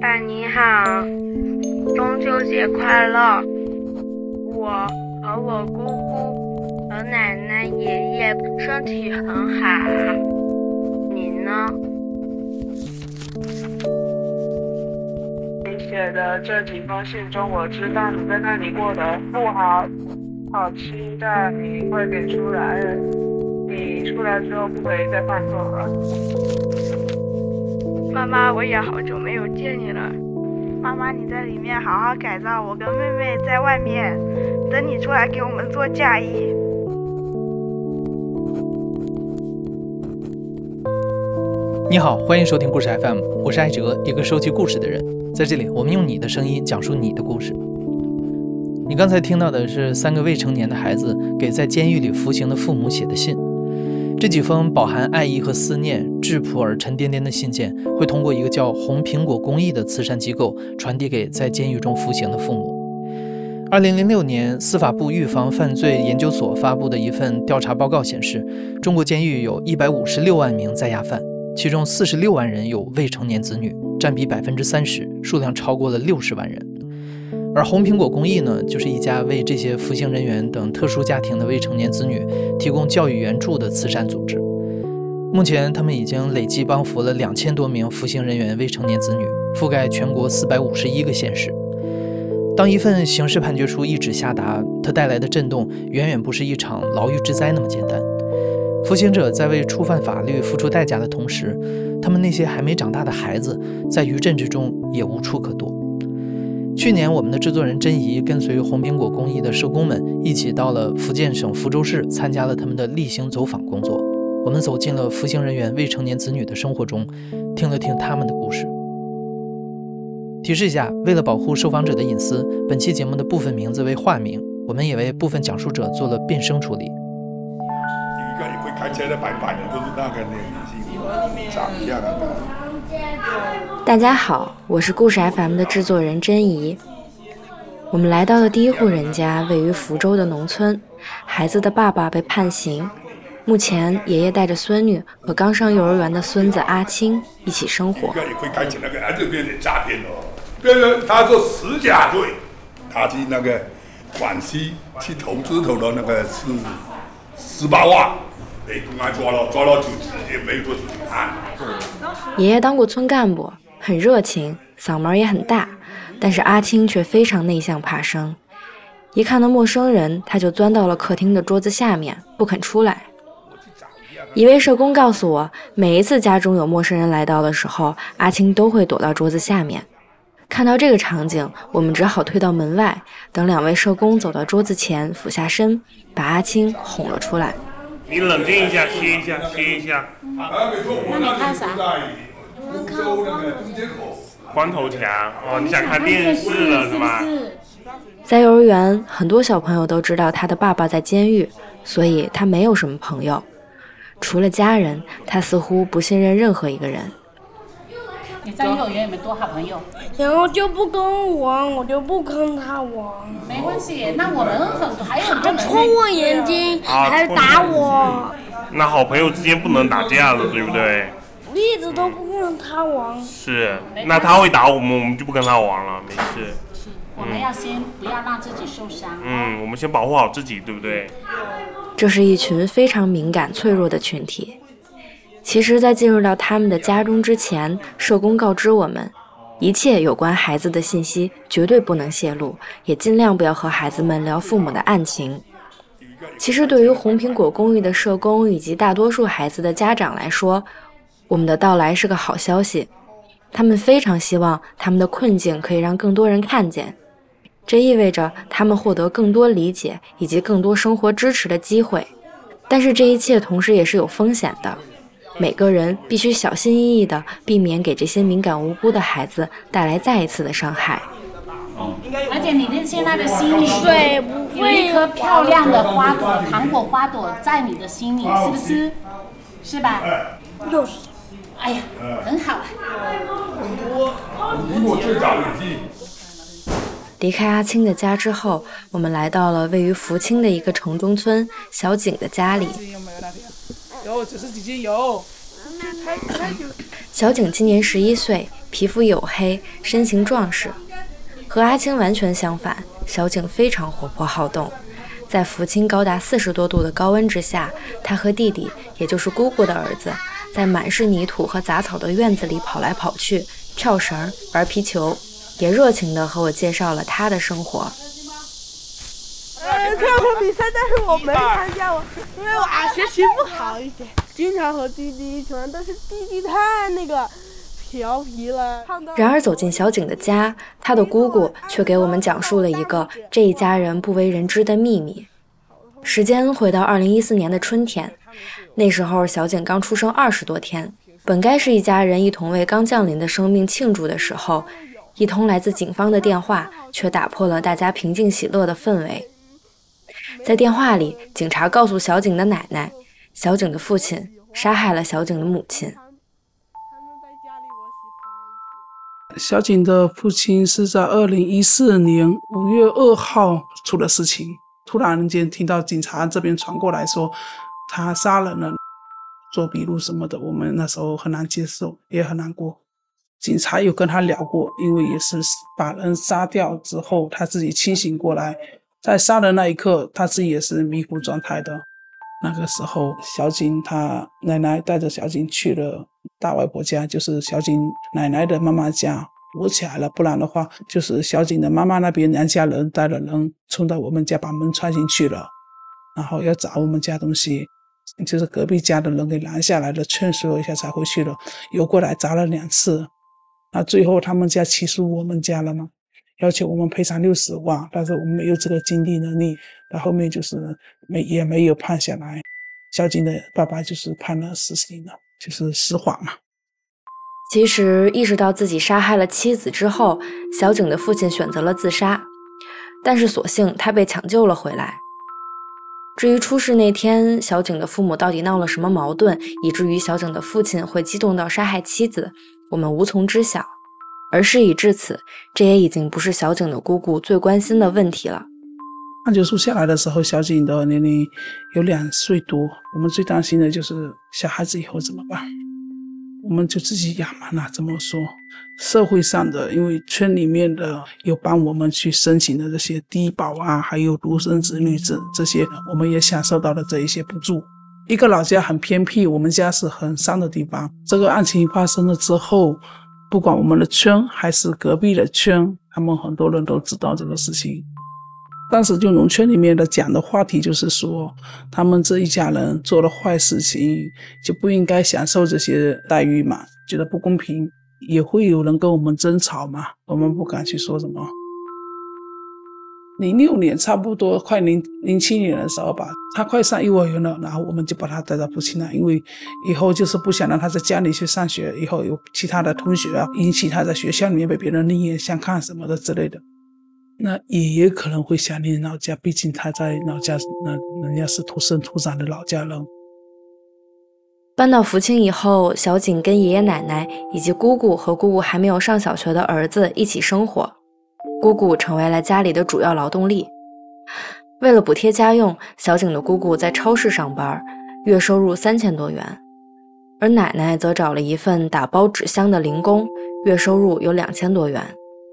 爸你好，中秋节快乐！我和我姑姑和奶奶爷爷身体很好，你呢？ 你写的这几封信中，我知道你在那里过得不好，好期待你快点出来。你出来之后不可以再犯错了。 妈妈，我也好久没有见你了。 妈妈，你在里面好好改造，我跟妹妹在外面等你出来给我们做嫁衣。 你好，欢迎收听故事 FM， 我是艾哲，一个收集故事的人。在这里，我们用你的声音讲述你的故事。你刚才听到的是3个未成年的孩子给在监狱里服刑的父母写的信。这几封饱含爱意和思念、质朴而沉甸甸的信件，会通过一个叫红苹果公益的慈善机构传递给在监狱中服刑的父母。2006年，司法部预防犯罪研究所发布的一份调查报告显示，中国监狱有156万名在押犯，其中46万人有未成年子女，占比30%，数量超过了60万人。而红苹果公益呢，就是一家为这些服刑人员等特殊家庭的未成年子女提供教育援助的慈善组织。目前他们已经累计帮扶了2000多名服刑人员未成年子女，覆盖全国451个县市。当一份刑事判决书一纸下达，它带来的震动远远不是一场牢狱之灾那么简单。服刑者在为触犯法律付出代价的同时，他们那些还没长大的孩子在余震之中也无处可躲。去年，我们的制作人甄怡跟随红苹果公益的社工们一起到了福建省福州市，参加了他们的例行走访工作。我们走进了服刑人员未成年子女的生活中，听了听他们的故事。提示一下，为了保护受访者的隐私，本期节目的部分名字为化名，我们也为部分讲述者做了变声处理。 一个会开车的白白的，都是那个女性长一样的。 大家好，我是故事 FM 的制作人甄怡。我们来到的第一户人家位于福州的农村，孩子的爸爸被判刑，目前爷爷带着孙女和刚上幼儿园的孙子阿青一起生活。 一个也会开始那个，就变成诈骗了。变成他做10假罪，他去那个广西去投资投的那个是18万。被公安抓到就直接被做警察。 爷爷当过村干部，很热情，嗓门也很大，但是阿青却非常内向怕生。一看到陌生人，他就钻到了客厅的桌子下面，不肯出来。一位社工告诉我，每一次家中有陌生人来到的时候，阿青都会躲到桌子下面。看到这个场景，我们只好退到门外，等2位社工走到桌子前，俯下身把阿青哄了出来。 你冷静一下，歇一下。 那你看啥？我看光头强哦，你想看电视了是吗？ 在幼儿园，很多小朋友都知道他的爸爸在监狱，所以他没有什么朋友。除了家人，他似乎不信任任何一个人。 你在幼儿园有没有多好朋友？ 然后就不跟我玩，我就不跟他玩。 没关系，那我们还有很多人。 他戳我眼睛，还打我。 那好朋友之间不能打架了，对不对？ 我一直都不跟他玩。 是，那他会打我们，我们就不跟他玩了，没事。 是，我们要先不要让自己受伤。 我们先保护好自己，对不对？ 这是一群非常敏感脆弱的群体。其实在进入到他们的家中之前，社工告知我们，一切有关孩子的信息绝对不能泄露，也尽量不要和孩子们聊父母的案情。其实对于红苹果公寓的社工以及大多数孩子的家长来说，我们的到来是个好消息。他们非常希望他们的困境可以让更多人看见，这意味着他们获得更多理解以及更多生活支持的机会。但是这一切同时也是有风险的，每个人必须小心翼翼地避免给这些敏感无辜的孩子带来再一次的伤害。 而且你现在的心里有一颗漂亮的花朵，糖果花朵在你的心里，是不是？是吧？ 就是。 哎呀，很好。 离我最早远近。 离开阿青的家之后，我们来到了位于福清的一个城中村小景的家里。 有90几斤有。 小景今年11岁，皮肤黝黑，身形壮实。和阿青完全相反，小景非常活泼好动。在福清高达40多度的高温之下，他和弟弟，也就是姑姑的儿子，在满是泥土和杂草的院子里跑来跑去，跳绳、玩皮球，也热情地和我介绍了他的生活。 跳绳比赛，但是我没参加过，因为我学习不好一点，经常和弟弟一起玩，但是弟弟太调皮了。 然而走进小景的家，他的姑姑却给我们讲述了一个这一家人不为人知的秘密。时间回到2014年的春天，那时候小景刚出生20多天，本该是一家人一同为刚降临的生命庆祝的时候，一通来自警方的电话却打破了大家平静喜乐的氛围。在电话里，警察告诉小景的奶奶，小景的父亲杀害了小景的母亲。 小景的父亲是在2014年5月2号出了事情，突然间听到警察这边传过来说他杀人了，做笔录什么的，我们那时候很难接受，也很难过。警察有跟他聊过，因为也是把人杀掉之后他自己清醒过来，在杀人那一刻他自己也是迷糊状态的。那个时候小景他奶奶带着小景去了大外婆家，就是小景奶奶的妈妈家，躲起来了，不然的话就是小景的妈妈那边娘家人带了人冲到我们家，把门穿进去了，然后要找我们家东西，就是隔壁家的人给拦下来了，劝说一下才回去了，又过来砸了2次。那最后他们家起诉我们家了嘛，要求我们赔偿60万，但是我们没有这个经济能力，到后面就是也没有判下来。小景的爸爸就是判了死刑了，就是实缓嘛。 其实意识到自己杀害了妻子之后，小景的父亲选择了自杀，但是所幸他被抢救了回来。至于出事那天小景的父母到底闹了什么矛盾，以至于小景的父亲会激动到杀害妻子，我们无从知晓。而事已至此，这也已经不是小景的姑姑最关心的问题了。 判决书下来的时候，小景的年龄有2岁多，我们最担心的就是小孩子以后怎么办，我们就自己养嘛，那怎么说，社会上的因为村里面的有帮我们去申请的这些低保啊，还有独生子女这些我们也享受到了这一些补助。一个老家很偏僻，我们家是很山的地方，这个案情发生了之后，不管我们的村还是隔壁的村，他们很多人都知道这个事情。当时就农村里面的讲的话题就是说，他们这一家人做了坏事情，就不应该享受这些待遇嘛，觉得不公平，也会有人跟我们争吵嘛，我们不敢去说什么。06年差不多快07年的时候吧，他快上幼儿园了，然后我们就把他带到福清了，因为以后就是不想让他在家里去上学，以后有其他的同学啊，引起他在学校里面被别人另眼相看什么的之类的。那也可能会想念老家，毕竟他在老家，那人家是土生土长的老家人。 搬到福清以后，小景跟爷爷奶奶以及姑姑和姑姑还没有上小学的儿子一起生活，姑姑成为了家里的主要劳动力。为了补贴家用，小景的姑姑在超市上班，月收入3000多元，而奶奶则找了一份打包纸箱的零工，月收入有2000多元。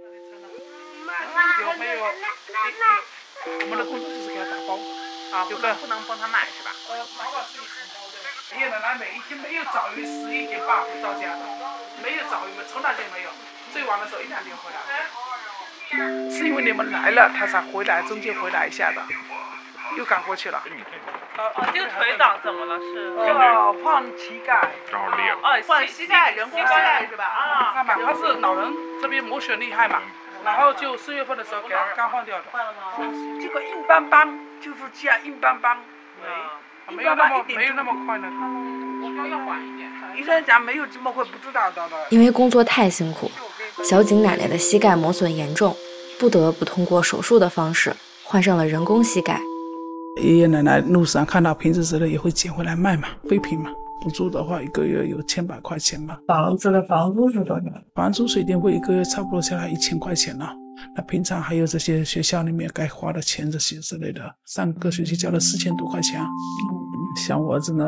我们的工作就是给他打包啊，不能帮他买是吧？爷爷奶奶每一天没有早于11点半回到家的，没有早于，从来就没有，最晚的时候1、2点回来。是因为你们来了，他才回来，中间回来一下的，又赶过去了。 这个腿长怎么了？是换膝盖， 换膝盖，人工膝盖是吧？啊， 看吧，他是老人这边磨损厉害嘛。然后就4月份的时候给他刚换掉的。 换了吗？ 这个硬邦邦，就是这样硬邦邦， 没有那么快呢。要缓一点。 医生讲没有这么快，不知道的。 因为工作太辛苦，小景奶奶的膝盖磨损严重，不得不通过手术的方式换上了人工膝盖。 爷爷奶奶路上看到瓶子之类也会捡回来卖嘛，废品嘛。补助的话，1个月有千把块钱吧。 房子的房租是多少？ 房租水电费1个月差不多下来1000块钱了。那平常还有这些学校里面该花的钱这些之类的，上个学期交了4000多块钱。像我儿子呢，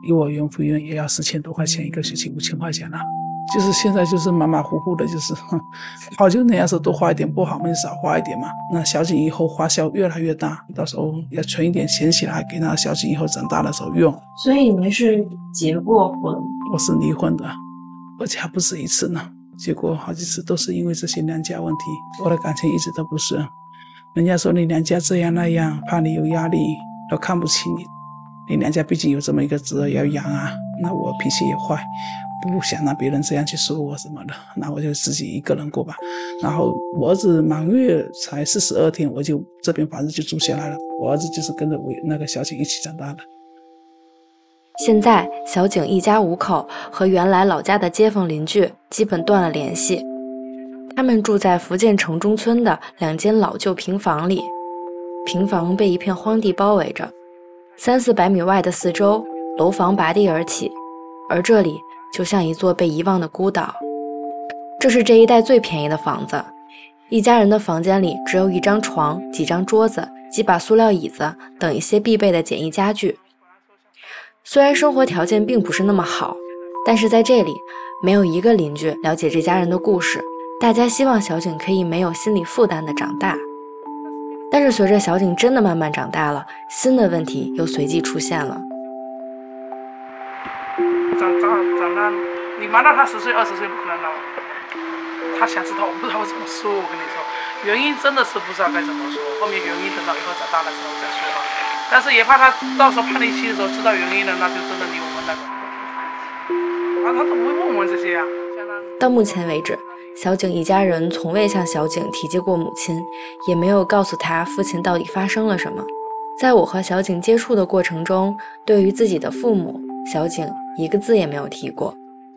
幼儿园费用也要4000多块钱，一个学期5000块钱了。就是现在就是马马虎虎的，就是好就那样说多花一点，不好嘛就少花一点嘛。那小景以后花销越来越大，到时候要存一点钱起来给那小景以后长大的时候用。 所以您是结过婚？ 我是离婚的，而且还不止一次呢，结果好几次都是因为这些娘家问题。我的感情一直都不是，人家说你娘家这样那样，怕你有压力，都看不起你。你娘家毕竟有这么一个侄儿要养啊，那我脾气也坏，不想让别人这样去说我什么的，那我就自己一个人过吧。然后我儿子满月才42天，我就这边房子就租下来了。我儿子就是跟着我那个小景一起长大的。 现在小景一家5口和原来老家的街坊邻居基本断了联系，他们住在福建城中村的2间老旧平房里，平房被一片荒地包围着，300-400米外的四周楼房拔地而起，而这里就像一座被遗忘的孤岛。这是这一带最便宜的房子，一家人的房间里只有1张床、几张桌子、几把塑料椅子等一些必备的简易家具。虽然生活条件并不是那么好，但是在这里没有一个邻居了解这家人的故事，大家希望小景可以没有心理负担的长大。但是随着小景真的慢慢长大了，新的问题又随即出现了。 长大，你瞒到他10岁20岁不可能了。他想知道，我不知道怎么说。我跟你说，原因真的是不知道该怎么说。后面原因等到以后长大的时候再说吧。但是也怕他到时候叛逆期的时候知道原因了，那就真的离我们那个。他怎么会问我这些啊？ 到目前为止，小景一家人从未向小景提及过母亲，也没有告诉他父亲到底发生了什么。在我和小景接触的过程中，对于自己的父母，小景一个字也没有提过。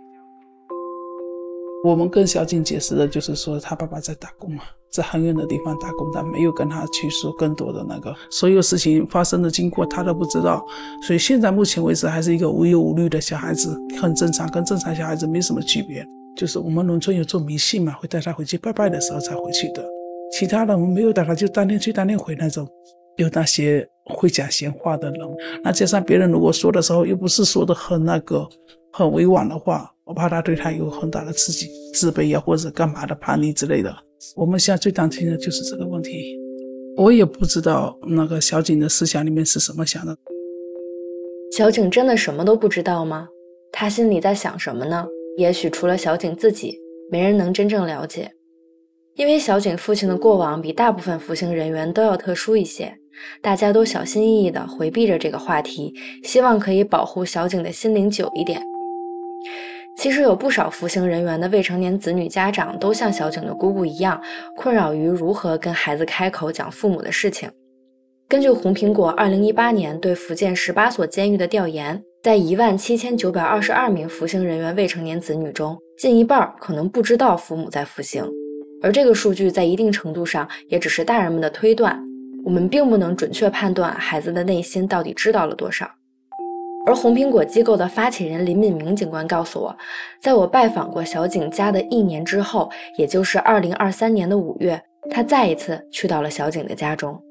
我们跟小景解释的就是说，他爸爸在打工嘛，在很远的地方打工，但没有跟他去说更多的那个所有事情发生的经过他都不知道，所以现在目前为止还是一个无忧无虑的小孩子，很正常，跟正常小孩子没什么区别。就是我们农村有做迷信嘛，会带他回去拜拜的时候才回去的，其他的我们没有带他，就当天去当天回那种。有那些会讲闲话的人，那加上别人如果说的时候又不是说的很委婉的话，我怕他对他有很大的刺激，自卑呀或者干嘛的叛逆之类的。我们现在最担心的就是这个问题。我也不知道那个小景的思想里面是什么想的。 小景真的什么都不知道吗？他心里在想什么呢？也许除了小景自己，没人能真正了解。因为小景父亲的过往比大部分服刑人员都要特殊一些，大家都小心翼翼地回避着这个话题，希望可以保护小景的心灵久一点。其实有不少服刑人员的未成年子女家长都像小景的姑姑一样，困扰于如何跟孩子开口讲父母的事情。根据红苹果2018年对福建18所监狱的调研，在17922名服刑人员未成年子女中，近一半可能不知道父母在服刑。而这个数据在一定程度上也只是大人们的推断，我们并不能准确判断孩子的内心到底知道了多少。而红苹果机构的发起人林敏明警官告诉我，在我拜访过小景家的1年之后，也就是2023年的5月，他再一次去到了小景的家中。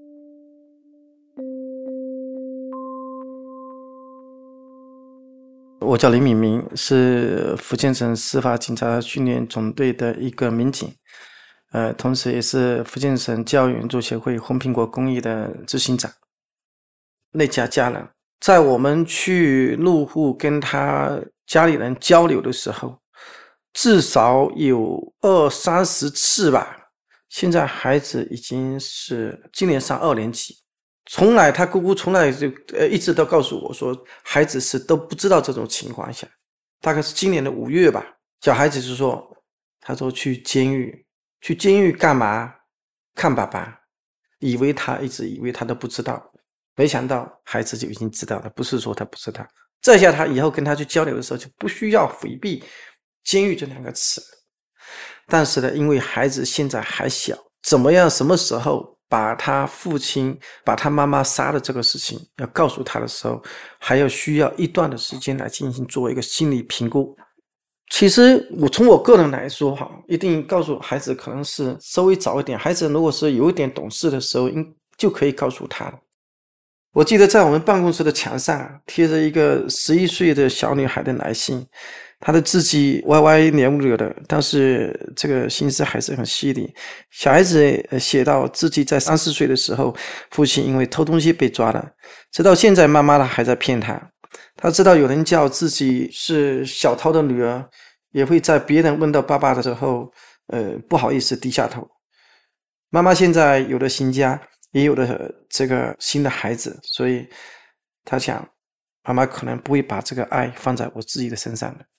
我叫林敏明，是福建省司法警察训练总队的一个民警，同时也是福建省教育援助协会红苹果公益的执行长。那家家人在我们去入户跟他家里人交流的时候，至少有20-30次吧。现在孩子已经是今年上2年级，他姑姑从来就一直都告诉我说，孩子是都不知道这种情况下，大概是今年的5月吧，小孩子就说，他说去监狱干嘛？看爸爸，一直以为他都不知道，没想到孩子就已经知道了，不是说他不知道。这下他以后跟他去交流的时候就不需要回避监狱这2个词。但是呢，因为孩子现在还小，怎么样什么时候把他父亲把他妈妈杀的这个事情要告诉他的时候，还要需要一段的时间来进行做一个心理评估。其实从我个人来说一定告诉孩子可能是稍微早一点，孩子如果是有一点懂事的时候就可以告诉他了。 我记得在我们办公室的墙上贴着一个11岁的小女孩的来信，她的字迹歪歪扭扭的，但是这个心思还是很细腻。小孩子写到自己在30岁的时候，父亲因为偷东西被抓了，直到现在妈妈还在骗他。他知道有人叫自己是小偷的女儿，也会在别人问到爸爸的时候不好意思低下头。妈妈现在有了新家，也有了这个新的孩子，所以他想妈妈可能不会把这个爱放在我自己的身上的。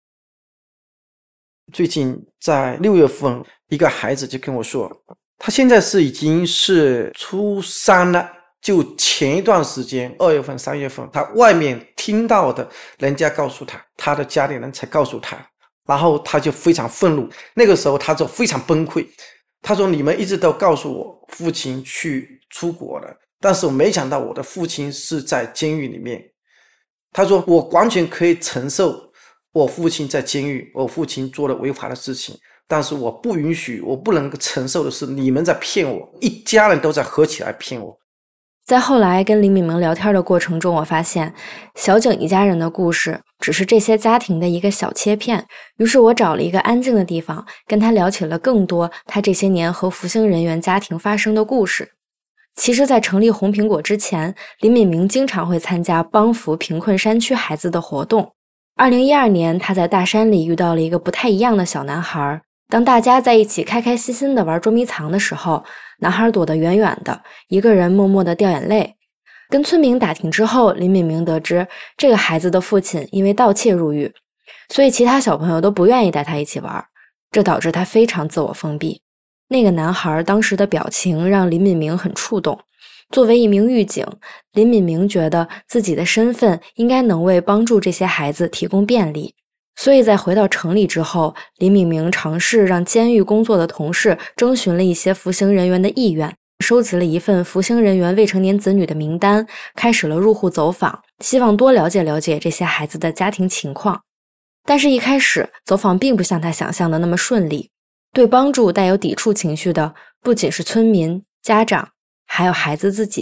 最近在6月份，一个孩子就跟我说，他现在已经是初3了，就前一段时间2月份3月份他外面听到的人家告诉他，他的家里人才告诉他，然后他就非常愤怒，那个时候他就非常崩溃。他说你们一直都告诉我父亲去出国了，但是我没想到我的父亲是在监狱里面。他说我完全可以承受我父亲在监狱，我父亲做了违法的事情，但是我不允许，我不能承受的是你们在骗我，一家人都在合起来骗我。 在后来跟林敏明聊天的过程中，我发现小景一家人的故事只是这些家庭的一个小切片，于是我找了一个安静的地方，跟他聊起了更多他这些年和福星人员家庭发生的故事。其实在成立红苹果之前，林敏明经常会参加帮扶贫困山区孩子的活动。2012年，他在大山里遇到了一个不太一样的小男孩，当大家在一起开开心心的玩捉迷藏的时候，男孩躲得远远的，一个人默默地掉眼泪。跟村民打听之后，林敏明得知这个孩子的父亲因为盗窃入狱，所以其他小朋友都不愿意带他一起玩，这导致他非常自我封闭。那个男孩当时的表情让林敏明很触动。作为一名狱警，林敏明觉得自己的身份应该能为帮助这些孩子提供便利，所以在回到城里之后，林敏明尝试让监狱工作的同事征询了一些服刑人员的意愿，收集了一份服刑人员未成年子女的名单，开始了入户走访，希望多了解了解这些孩子的家庭情况。但是一开始走访并不像他想象的那么顺利，对帮助带有抵触情绪的不仅是村民、家长，还有孩子自己。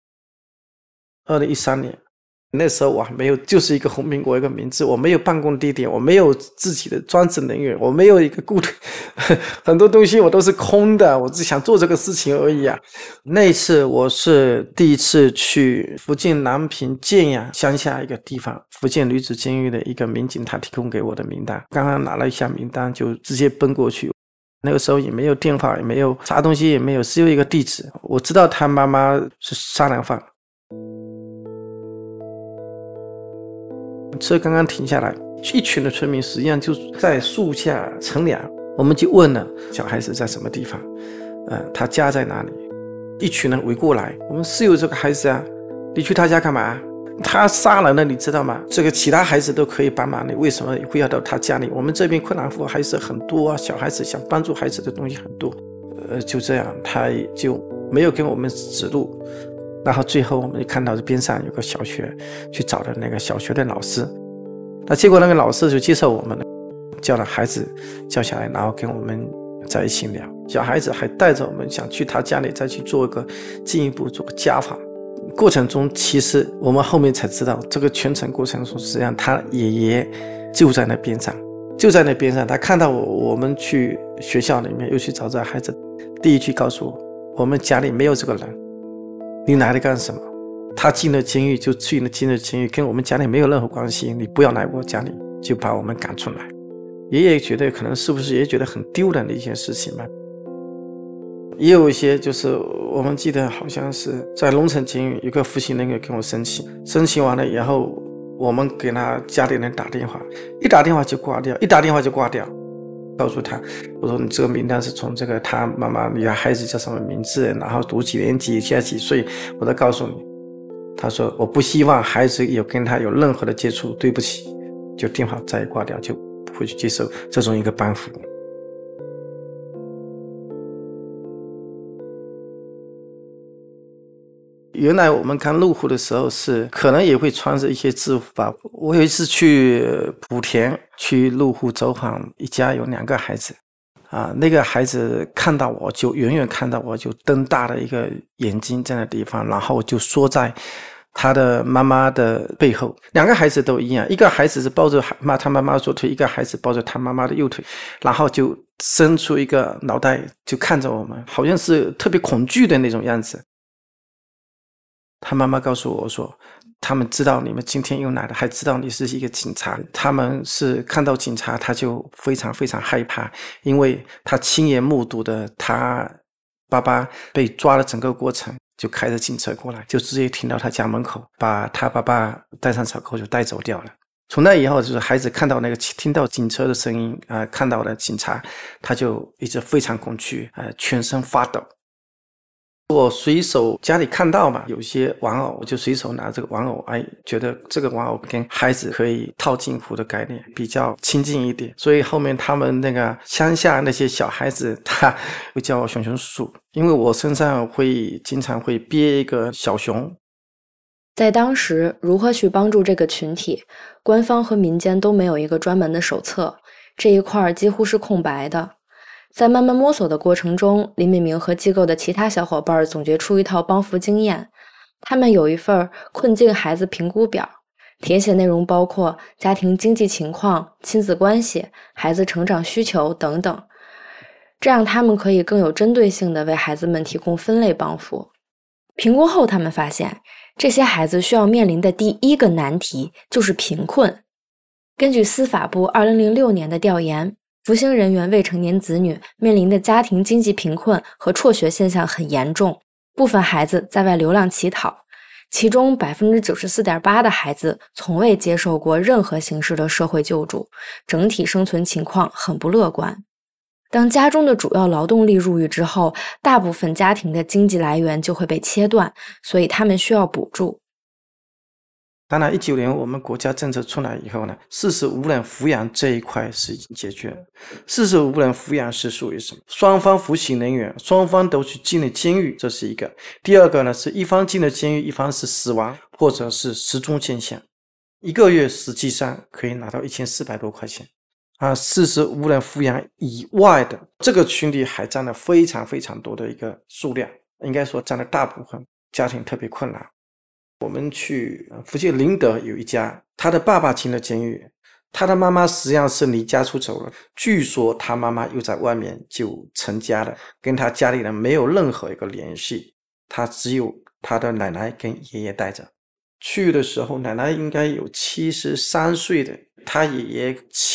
2013年，那时候我还没有，就是一个红苹果一个名字，我没有办公地点，我没有自己的专职人员，我没有一个固定，很多东西我都是空的，我只想做这个事情而已啊。那一次我是第一次去福建南平建阳乡下一个地方，福建女子监狱的一个民警，他提供给我的名单，刚刚拿了一下名单就直接奔过去。那个时候也没有电话，也没有啥东西，也没有，只有一个地址。我知道他妈妈是杀人犯。车刚刚停下来，一群的村民实际上就在树下乘凉，我们就问了小孩子在什么地方，他家在哪里？一群人围过来，我们是有这个孩子啊，你去他家干嘛？他杀人了，你知道吗？这个其他孩子都可以帮忙，你为什么会要到他家里？我们这边困难户还是很多啊，小孩子想帮助孩子的东西很多。就这样，他就没有跟我们指路。然后最后我们就看到边上有个小学，去找了那个小学的老师。那结果那个老师就接受我们了，叫了孩子叫下来，然后跟我们在一起聊。小孩子还带着我们想去他家里再去做一个进一步做个家访。过程中其实我们后面才知道，这个全程过程中实际上他爷爷就在那边上，他看到我们去学校里面又去找这孩子，第一句告诉我们家里没有这个人，你来了干什么？他进了监狱就进了监狱，跟我们家里没有任何关系，你不要来我家里，就把我们赶出来。爷爷觉得可能是不是也觉得很丢人的一件事情嘛。也有一些就是我们记得好像是在龙城监狱有个服刑人员跟我申请完了以后，我们给他家里人打电话，一打电话就挂掉，告诉他，我说你这个名单是从这个他妈妈你的孩子叫什么名字，然后读几年级，现在几岁，我都告诉你。他说我不希望孩子有跟他有任何的接触，对不起，就电话再挂掉，就不会去接受这种一个帮扶。原来我们刚入户的时候是可能也会穿着一些制服吧。我有一次去莆田去入户走访，一家有2个孩子， 那个孩子看到我就远远看到我就瞪大了一个眼睛在那地方，然后就缩在他的妈妈的背后。两个孩子都一样，一个孩子是抱着他妈妈的左腿，一个孩子抱着他妈妈的右腿，然后就伸出一个脑袋就看着我们，好像是特别恐惧的那种样子。他妈妈告诉我说，他们知道你们今天又来了，还知道你是一个警察。他们是看到警察他就非常非常害怕，因为他亲眼目睹的他爸爸被抓的整个过程，就开着警车过来，就直接停到他家门口，把他爸爸带上车后就带走掉了。从那以后，就是孩子看到听到警车的声音看到了警察，他就一直非常恐惧全身发抖。我随手家里看到嘛，有些玩偶，我就随手拿这个玩偶，觉得这个玩偶跟孩子可以套近乎的概念，比较亲近一点。所以后面他们那个乡下那些小孩子，他会叫我熊熊叔叔，因为我身上经常会憋一个小熊。 在当时，如何去帮助这个群体，官方和民间都没有一个专门的手册，这一块几乎是空白的。在慢慢摸索的过程中，林敏明和机构的其他小伙伴总结出一套帮扶经验。他们有一份困境孩子评估表，填写内容包括家庭经济情况、亲子关系、孩子成长需求等等，这样他们可以更有针对性地为孩子们提供分类帮扶。评估后，他们发现这些孩子需要面临的第一个难题就是贫困。根据司法部2006年的调研，服刑人员未成年子女面临的家庭经济贫困和辍学现象很严重，部分孩子在外流浪乞讨，其中 94.8% 的孩子从未接受过任何形式的社会救助，整体生存情况很不乐观。当家中的主要劳动力入狱之后，大部分家庭的经济来源就会被切断，所以他们需要补助。 当然19年我们国家政策出来以后呢，45人抚养这一块是已经解决了。45人抚养是属于什么？双方服刑人员，双方都去进了监狱，这是一个。第二个呢，是一方进了监狱，一方是死亡或者是失踪现象，一个月实际上可以拿到1400多块钱。45人抚养以外的这个群体还占了非常非常多的一个数量，应该说占了大部分，家庭特别困难。我们去福建宁德有一家，他的爸爸进了监狱，他的妈妈实际上是离家出走了，据说他妈妈又在外面就成家了，跟他家里人没有任何一个联系，他只有他的奶奶跟爷爷带着。去的时候奶奶应该有73岁的，他爷爷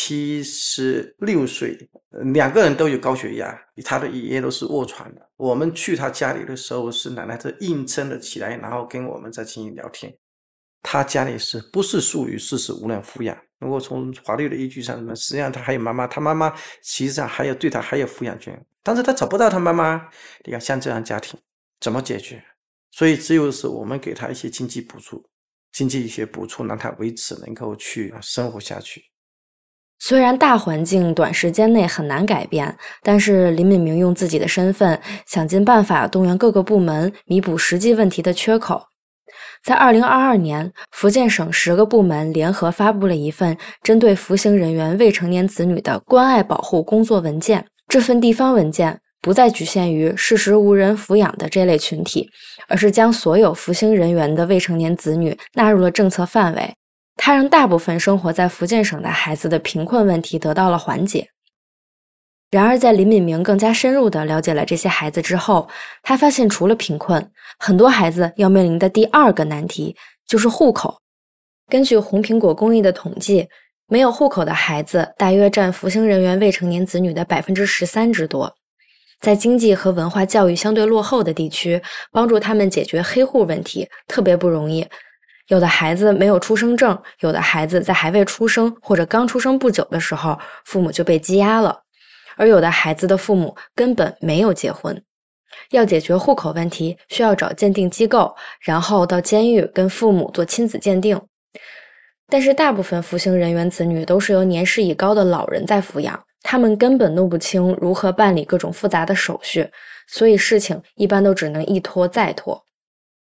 76岁，两个人都有高血压，他的爷爷都是卧床的。我们去他家里的时候，是奶奶在硬撑了起来，然后跟我们在进行聊天。他家里是不是属于45人抚养？如果从法律的依据上，实际上他还有妈妈，他妈妈实际上还有对他还有抚养权，但是他找不到他妈妈。你看像这样家庭怎么解决？所以只有是我们给他一些经济补助，一些补助，让他维持能够去生活下去。 虽然大环境短时间内很难改变，但是林敏明用自己的身份想尽办法动员各个部门弥补实际问题的缺口。在2022年，福建省10个部门联合发布了一份针对服刑人员未成年子女的关爱保护工作文件。这份地方文件不再局限于事实无人抚养的这类群体，而是将所有服刑人员的未成年子女纳入了政策范围。它让大部分生活在福建省的孩子的贫困问题得到了缓解。然而在林敏明更加深入地了解了这些孩子之后，他发现除了贫困，很多孩子要面临的第二个难题就是户口。根据红苹果公益的统计，没有户口的孩子大约占服刑人员未成年子女的 13% 之多。在经济和文化教育相对落后的地区，帮助他们解决黑户问题特别不容易。有的孩子没有出生证，有的孩子在还未出生或者刚出生不久的时候，父母就被羁押了，而有的孩子的父母根本没有结婚。要解决户口问题，需要找鉴定机构，然后到监狱跟父母做亲子鉴定。但是大部分服刑人员子女都是由年事已高的老人在抚养，他们根本弄不清如何办理各种复杂的手续，所以事情一般都只能一拖再拖。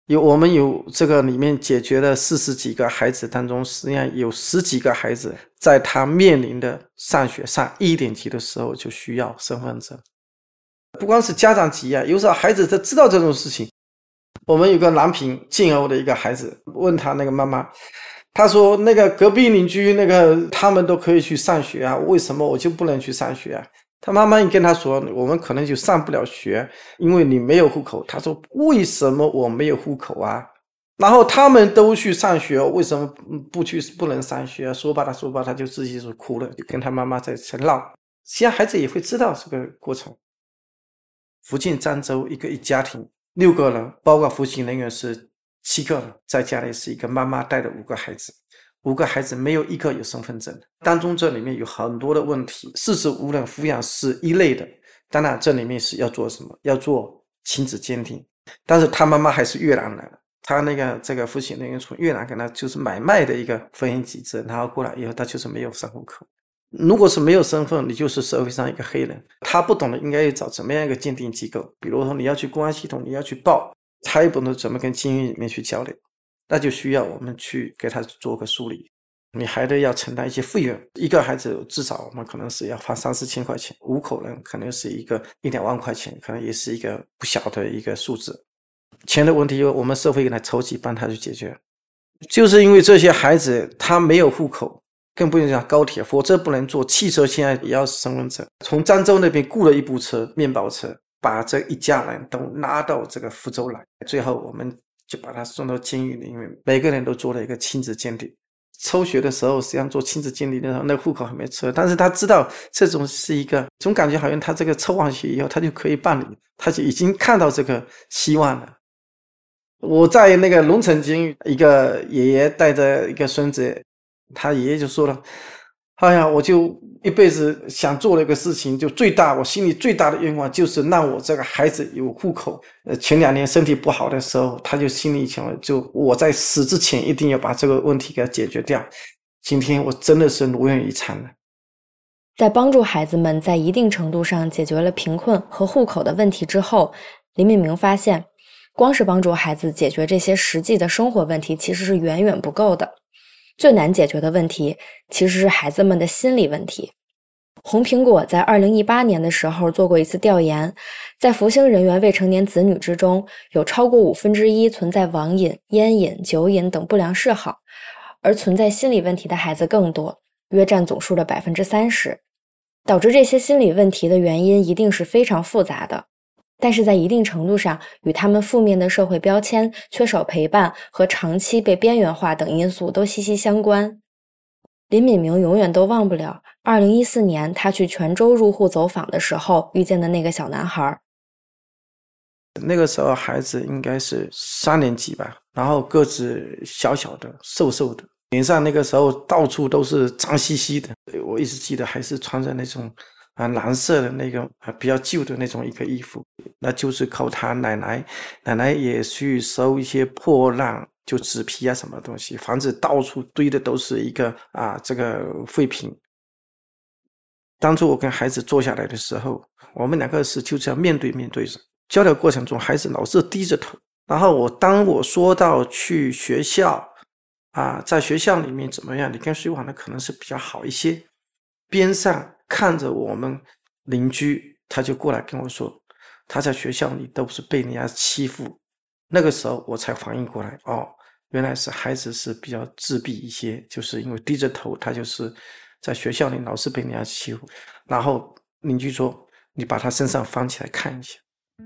我们有这个里面解决的40几个孩子当中，实际上有10几个孩子在他面临的上学上1年级的时候就需要身份证。不光是家长急啊，有时候孩子他知道这种事情。我们有个南平晋瓯的一个孩子，问他那个妈妈，他说那个隔壁邻居那个他们都可以去上学啊，为什么我就不能去上学啊？他妈妈跟他说，我们可能就上不了学，因为你没有户口。他说为什么我没有户口啊？然后他们都去上学，为什么不能上学啊？说吧他就自己就哭了，就跟他妈妈在闹。实际上孩子也会知道这个过程。福建漳州一家庭6个人，包括服刑人员是7个人，在家里是一个妈妈带的5个孩子，5个孩子没有1个有身份证的。当中这里面有很多的问题，45人抚养是一类的，当然这里面是要做什么？要做亲子鉴定。但是他妈妈还是越南人，他这个服刑人员从越南跟他就是买卖的一个婚姻机制，然后过来以后他就是没有上户口。如果是没有身份，你就是社会上一个黑人，他不懂得应该找怎么样一个鉴定机构，比如说你要去公安系统，你要去报，他也不懂怎么跟监狱里面去交流，那就需要我们去给他做个梳理。你还得要承担一些费用，一个孩子至少我们可能是要花3-4千块钱，5口人可能是一个1-2万块钱，可能也是一个不小的一个数字。钱的问题我们社会给他筹集帮他去解决，就是因为这些孩子他没有户口，更不用讲高铁，火车不能坐，汽车现在也要身份证。从漳州那边雇了一部车，面包车，把这一家人都拉到这个福州来，最后我们就把他送到监狱里面，每个人都做了一个亲子鉴定。抽血的时候，实际上做亲子鉴定的时候，那个户口还没抽，但是他知道这种是一个，总感觉好像他这个抽完血以后，他就可以办理，他就已经看到这个希望了。我在那个龙城监狱，一个爷爷带着一个孙子，他爷爷就说了，哎呀，我就一辈子想做的一个事情，就我心里最大的愿望就是让我这个孩子有户口。前2年身体不好的时候，他就心里想，就我在死之前一定要把这个问题给解决掉。今天我真的是如愿以偿了。 在帮助孩子们在一定程度上解决了贫困和户口的问题之后，林敏明发现，光是帮助孩子解决这些实际的生活问题其实是远远不够的。最难解决的问题其实是孩子们的心理问题。红苹果在2018年的时候做过一次调研，在服刑人员未成年子女之中，有超过1/5存在网瘾、烟瘾、酒瘾等不良嗜好，而存在心理问题的孩子更多，约占总数的30%。导致这些心理问题的原因一定是非常复杂的，但是在一定程度上与他们负面的社会标签、缺少陪伴和长期被边缘化等因素都息息相关。林敏明永远都忘不了2014年他去泉州入户走访的时候遇见的那个小男孩。 那个时候孩子应该是3年级吧，然后个子小小的瘦瘦的，脸上那个时候到处都是脏兮兮的。我一直记得还是穿着那种蓝色的那个比较旧的那种一个衣服，那就是靠他奶奶也去收一些破烂，就纸皮啊什么东西，房子到处堆的都是一个这个废品。当初我跟孩子坐下来的时候，我们2个是就这样面对着交流过程中，孩子老是低着头。然后当我说到去学校在学校里面怎么样，你跟谁玩的可能是比较好一些，边上看着我们邻居，他就过来跟我说，他在学校里都是被人家欺负。那个时候我才反应过来，原来是孩子是比较自闭一些，就是因为低着头，他就是在学校里老是被人家欺负。然后邻居说，你把他身上翻起来看一下。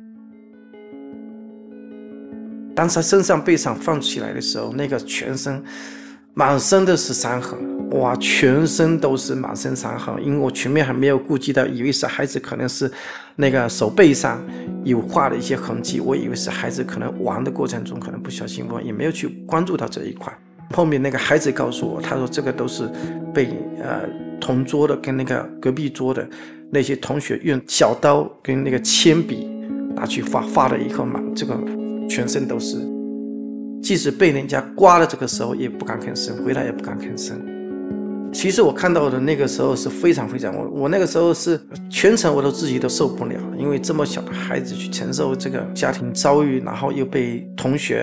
当他身上背上翻起来的时候，那个全身满身都是伤痕，哇，全身都是满身伤痕。因为我前面还没有顾及到，以为是孩子可能是那个手背上有画了一些痕迹，我以为是孩子可能玩的过程中可能不小心，我也没有去关注到这一块。后面那个孩子告诉我，他说这个都是被同桌的跟那个隔壁桌的那些同学用小刀跟那个铅笔拿去画了以后嘛，这个全身都是，即使被人家刮了，这个时候也不敢吭声，回来也不敢吭声。其实我看到的那个时候是非常非常，我那个时候是全程我都自己都受不了，因为这么小的孩子去承受这个家庭遭遇，然后又被同学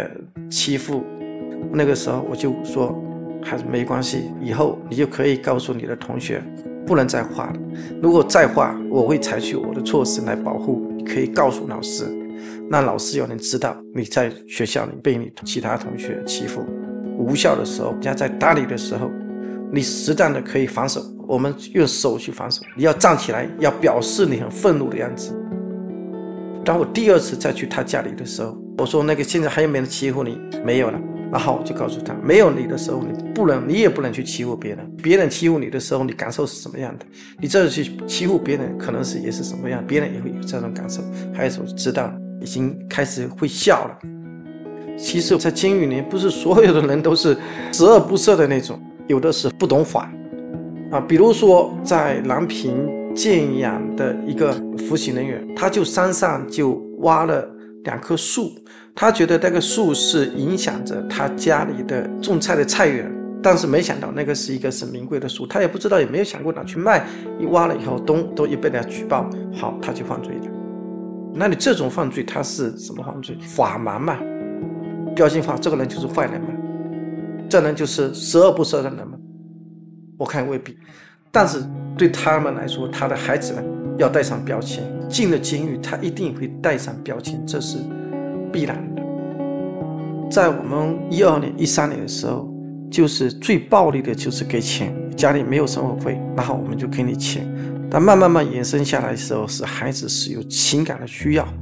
欺负。那个时候我就说，还是没关系，以后你就可以告诉你的同学不能再画了，如果再画我会采取我的措施来保护，你可以告诉老师，让老师有人知道你在学校里被你其他同学欺负。无效的时候，人家在打你的时候，你适当的可以防守，我们用手去防守，你要站起来，要表示你很愤怒的样子。当我第二次再去他家里的时候，我说那个现在还有没有人欺负你？没有了。然后我就告诉他，没有你的时候你也不能去欺负别人，别人欺负你的时候你感受是什么样的，你这去欺负别人可能是也是什么样，别人也会有这种感受。孩子知道已经开始会笑了。其实在监狱里不是所有的人都是十恶不赦的那种，有的是不懂法比如说在南平建养的一个服刑人员，他就山上就挖了2棵树，他觉得那个树是影响着他家里的种菜的菜园，但是没想到那个是一个是名贵的树，他也不知道，也没有想过拿去卖，一挖了以后都被人家举报，好，他就犯罪了。那你这种犯罪他是什么犯罪？法盲嘛，标签化，这个人就是坏人嘛，这人就是十恶不赦的人嘛？我看未必，但是对他们来说，他的孩子呢要带上标签，进了监狱他一定会带上标签，这是必然的。在我们12年13年的时候，就是最暴力的就是给钱，家里没有生活费，然后我们就给你钱，但慢慢延伸下来的时候，是孩子是有情感的需要。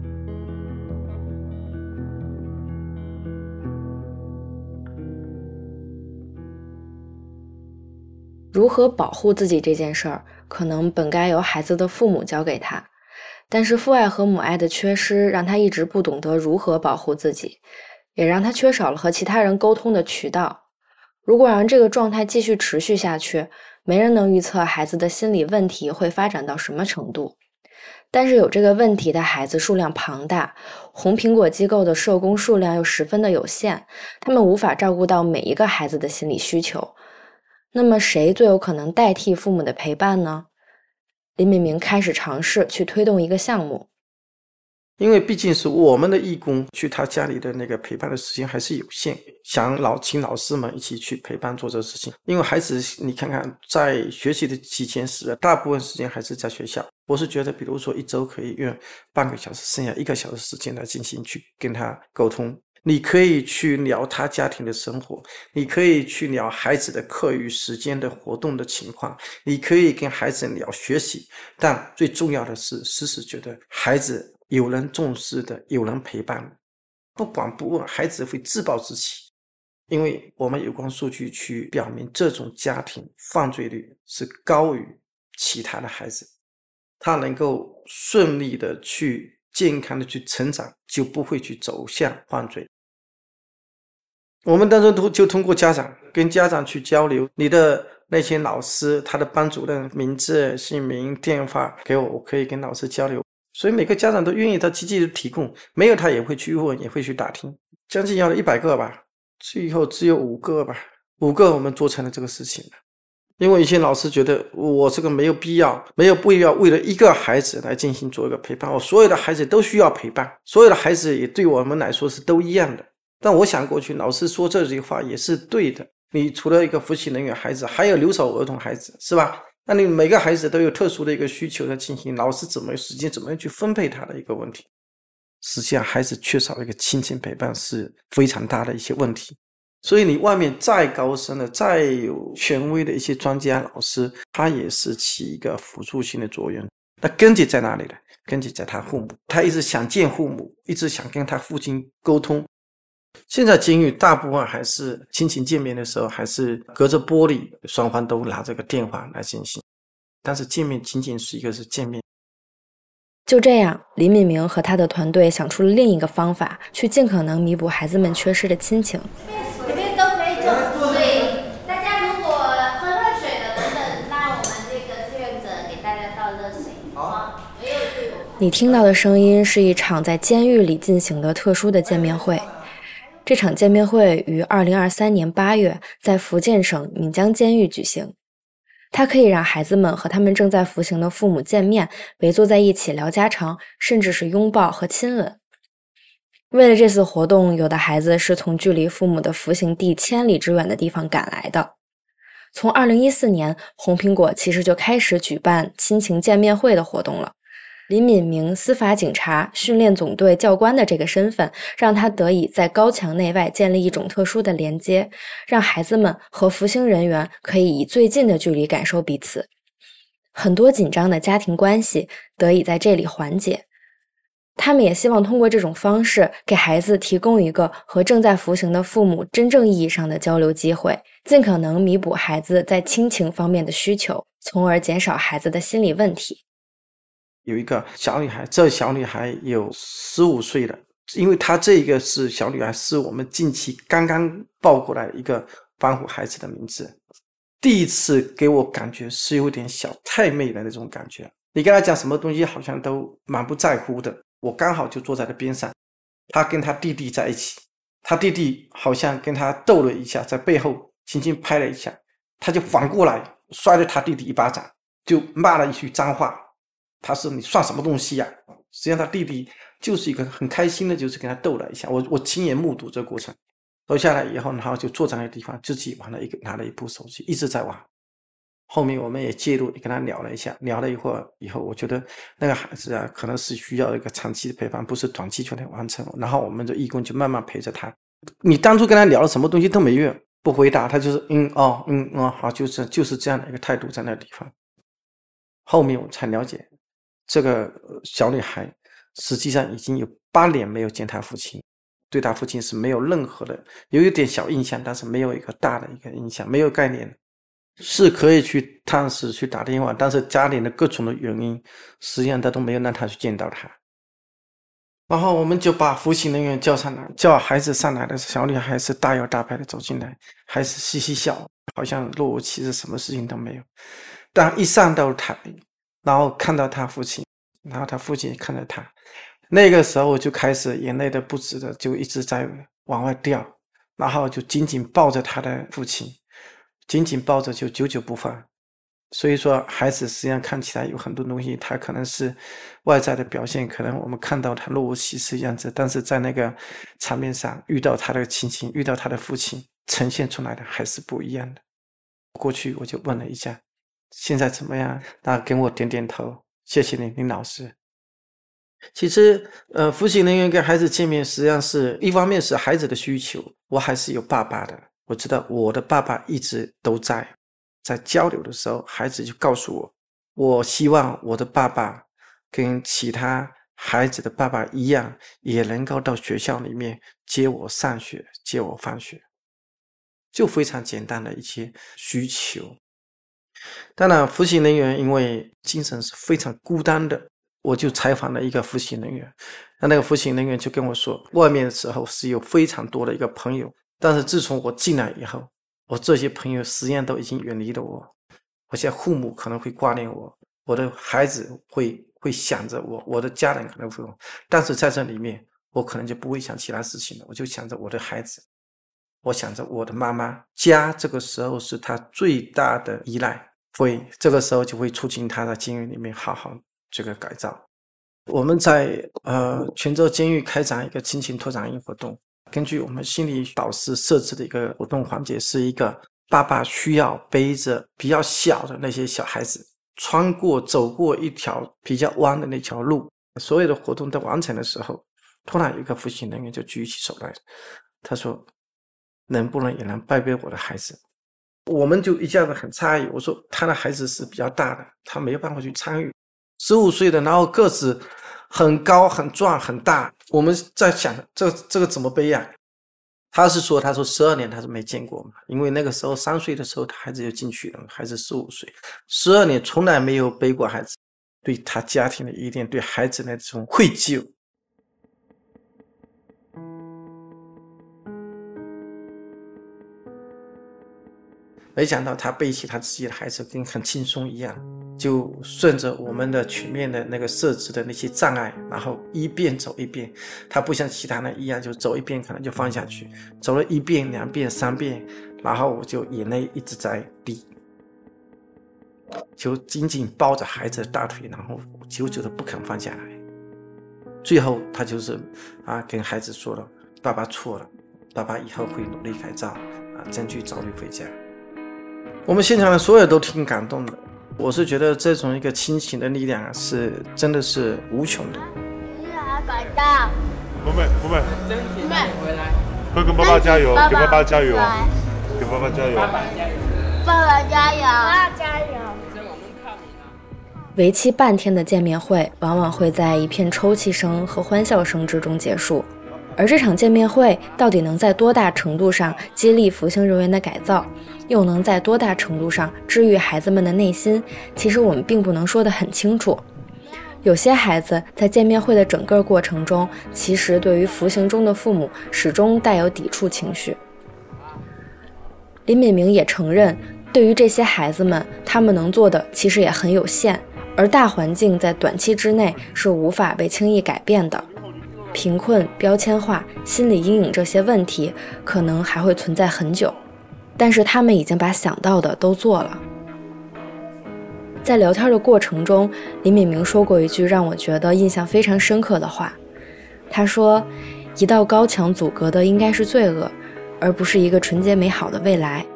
如何保护自己这件事儿，可能本该由孩子的父母教给他，但是父爱和母爱的缺失，让他一直不懂得如何保护自己，也让他缺少了和其他人沟通的渠道。如果让这个状态继续持续下去，没人能预测孩子的心理问题会发展到什么程度。但是有这个问题的孩子数量庞大，红苹果机构的社工数量又十分的有限，他们无法照顾到每一个孩子的心理需求。那么谁最有可能代替父母的陪伴呢？林敏明开始尝试去推动一个项目。 因为毕竟是我们的义工，去他家里的那个陪伴的时间还是有限，想请老师们一起去陪伴做这事情。因为孩子你看看在学习的期间时，大部分时间还是在学校，我是觉得比如说1周可以用半个小时，剩下1个小时时间来进行去跟他沟通。你可以去聊他家庭的生活，你可以去聊孩子的课余时间的活动的情况，你可以跟孩子聊学习，但最重要的是时时觉得孩子有人重视的，有人陪伴，不管不问，孩子会自暴自弃。因为我们有关数据去表明，这种家庭犯罪率是高于其他的孩子，他能够顺利的去健康的去成长，就不会去走向犯罪。我们当中就通过家长跟家长去交流，你的那些老师他的班主任名字姓名电话给我可以跟老师交流，所以每个家长都愿意他积极的提供，没有他也会去问，也会去打听，将近要了100个吧，最后只有5个吧，5个我们做成了这个事情。因为一些老师觉得我这个没有必要为了一个孩子来进行做一个陪伴，我所有的孩子都需要陪伴，所有的孩子也对我们来说是都一样的。但我想过去老师说这句话也是对的，你除了一个服刑人员孩子，还有留守儿童孩子，是吧？那你每个孩子都有特殊的一个需求来进行，老师怎么有时间怎么样去分配他的一个问题。实际上孩子缺少一个亲情陪伴是非常大的一些问题，所以你外面再高深的再有权威的一些专家老师，他也是起一个辅助性的作用。那根基在哪里呢？根基在他父母，他一直想见父母，一直想跟他父亲沟通。现在监狱大部分还是亲情见面的时候还是隔着玻璃，双方都拿这个电话来进行，但是见面仅仅是一个是见面。 就这样，林敏明和他的团队想出了另一个方法，去尽可能弥补孩子们缺失的亲情。 这边都可以走，所以大家如果喝热水的等等，那我们这个志愿者给大家倒热水。好， 你听到的声音是一场在监狱里进行的特殊的见面会。这场见面会于2023年8月在福建省闽江监狱举行，它可以让孩子们和他们正在服刑的父母见面，围坐在一起聊家常，甚至是拥抱和亲吻。 为了这次活动，有的孩子是从距离父母的服刑地千里之远的地方赶来的。从2014年，红苹果其实就开始举办亲情见面会的活动了。林敏明司法警察训练总队教官的这个身份，让他得以在高墙内外建立一种特殊的连接，让孩子们和服刑人员可以以最近的距离感受彼此。很多紧张的家庭关系得以在这里缓解。他们也希望通过这种方式，给孩子提供一个和正在服刑的父母真正意义上的交流机会，尽可能弥补孩子在亲情方面的需求，从而减少孩子的心理问题。 有一个小女孩，这小女孩有15岁了，因为她这个是小女孩，是我们近期刚刚报过来一个帮扶孩子的名字。第一次给我感觉是有点小太妹的那种感觉，你跟她讲什么东西好像都蛮不在乎的。我刚好就坐在她边上，她跟她弟弟在一起，她弟弟好像跟她斗了一下，在背后轻轻拍了一下，她就反过来摔了她弟弟一巴掌，就骂了一句脏话。他说你算什么东西呀？实际上他弟弟就是一个很开心的，就是跟他斗了一下。我亲眼目睹这个过程。斗下来以后，然后就坐在那个地方，自己玩了拿了一部手机，一直在玩。后面我们也介入，也跟他聊了一下，聊了一会儿以后，我觉得那个孩子啊，可能是需要一个长期的陪伴，不是短期就能完成。然后我们的义工就慢慢陪着他。你当初跟他聊了什么东西都没用，不回答，他就是好，就是这样的一个态度在那个地方。后面我才了解。这个小女孩实际上已经有8年没有见她父亲，对她父亲是没有任何的，有一点小印象，但是没有一个大的一个印象，没有概念，是可以去探视去打电话，但是家里的各种的原因，实际上他都没有让她去见到她。然后我们就把服刑人员叫上来，叫孩子上来的小女孩是大摇大摆的走进来，还是嘻嘻笑，好像若无其事，什么事情都没有。但一上到台，然后看到他父亲，然后他父亲也看到他，那个时候就开始眼泪的不止的就一直在往外掉，然后就紧紧抱着他的父亲，紧紧抱着就久久不放。所以说孩子实际上看起来有很多东西，他可能是外在的表现，可能我们看到他若无其事的样子，但是在那个场面上遇到他的亲情，遇到他的父亲，呈现出来的还是不一样的。过去我就问了一下现在怎么样，他跟我点点头，谢谢你林老师。其实服刑人员跟孩子见面，实际上是一方面是孩子的需求，我还是有爸爸的，我知道我的爸爸一直都在交流的时候，孩子就告诉我，我希望我的爸爸跟其他孩子的爸爸一样，也能够到学校里面接我上学，接我放学，就非常简单的一些需求。当然服刑人员因为精神是非常孤单的，我就采访了一个服刑人员，那个服刑人员就跟我说，外面的时候是有非常多的一个朋友，但是自从我进来以后，我这些朋友实际上都已经远离了我。我现在父母可能会挂念我，我的孩子会想着我，我的家人可能会，但是在这里面我可能就不会想其他事情了，我就想着我的孩子，我想着我的妈妈。家这个时候是他最大的依赖，会这个时候就会促进他在监狱里面好好这个改造。我们在泉州监狱开展一个亲情拓展营活动，根据我们心理导师设置的一个活动环节，是一个爸爸需要背着比较小的那些小孩子走过一条比较弯的那条路，所有的活动都完成的时候，突然有一个服刑人员就举起手来，他说能不能也能拜背我的孩子。我们就一下子很诧异，我说他的孩子是比较大的，他没有办法去参与，15岁的，然后个子很高很壮很大，我们在想这个怎么背呀？他说12年他是没见过嘛，因为那个时候3岁的时候他孩子就进去了，孩子15岁，12年从来没有背过孩子，对他家庭的依恋，对孩子的这种愧疚。没想到他背起他自己的孩子跟很轻松一样，就顺着我们的全面的那个设置的那些障碍，然后一遍走一遍。他不像其他人一样就走一遍可能就放下去，走了1遍2遍3遍，然后我就眼泪一直在滴，就紧紧抱着孩子的大腿，然后久久的不肯放下来。 最后他就是跟孩子说了，爸爸错了，爸爸以后会努力改造争取早日回家。我们现场的所有都挺感动的，我是觉得这种一个亲情的力量是真的是无穷的。 改造， 妹妹，快跟爸爸加油，给爸爸加油，给爸爸加油， 爸爸加油，爸爸加油。 为期半天的见面会往往会在一片抽泣声和欢笑声之中结束，而这场见面会到底能在多大程度上激励服刑人员的改造，又能在多大程度上治愈孩子们的内心，其实我们并不能说得很清楚。有些孩子在见面会的整个过程中，其实对于服刑中的父母始终带有抵触情绪。林敏明也承认，对于这些孩子们，他们能做的其实也很有限，而大环境在短期之内是无法被轻易改变的。贫困、标签化、心理阴影这些问题可能还会存在很久，但是他们已经把想到的都做了。在聊天的过程中，林敏明说过一句让我觉得印象非常深刻的话，他说，一道高墙阻隔的应该是罪恶，而不是一个纯洁美好的未来。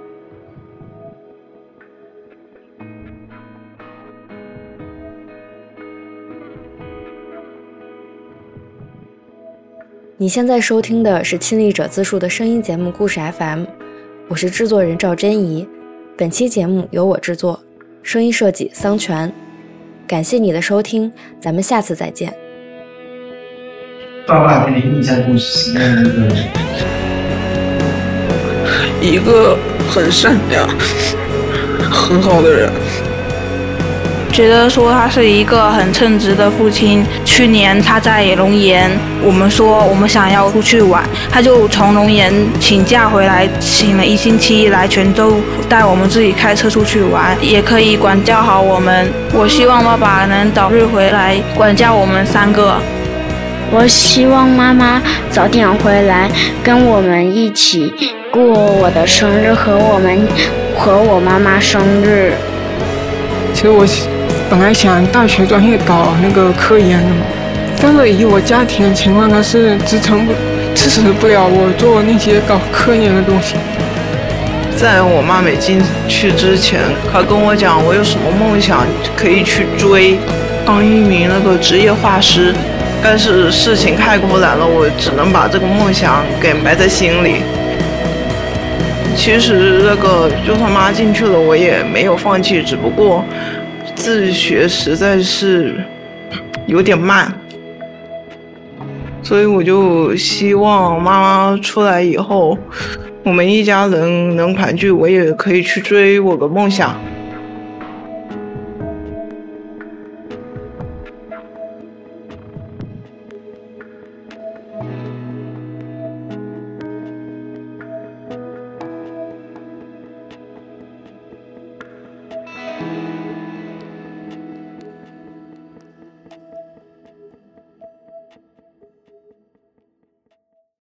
你现在收听的是亲历者自述的声音节目故事 FM， 我是制作人赵真怡，本期节目由我制作，声音设计桑泉。感谢你的收听，咱们下次再见。 爸爸给你印象中是什么样的一个人？ 一个很善良、很好的人。 觉得说他是一个很称职的父亲。去年他在龙岩，我们说我们想要出去玩，他就从龙岩请假回来，请了1星期来泉州，带我们自己开车出去玩，也可以管教好我们。我希望爸爸能早日回来管教我们3个。 我希望妈妈早点回来，跟我们一起过我的生日和我妈妈生日。 其实我本来想大学专业搞那个科研的嘛，但是以我家庭的情况，它是支持不了我做那些搞科研的东西。 在我妈没进去之前，她跟我讲我有什么梦想可以去追，当一名那个职业画师。但是事情太过难了，我只能把这个梦想给埋在心里。其实那个就算妈进去了，我也没有放弃，只不过自学实在是有点慢，所以我就希望妈妈出来以后，我们一家人能团聚，我也可以去追我的梦想。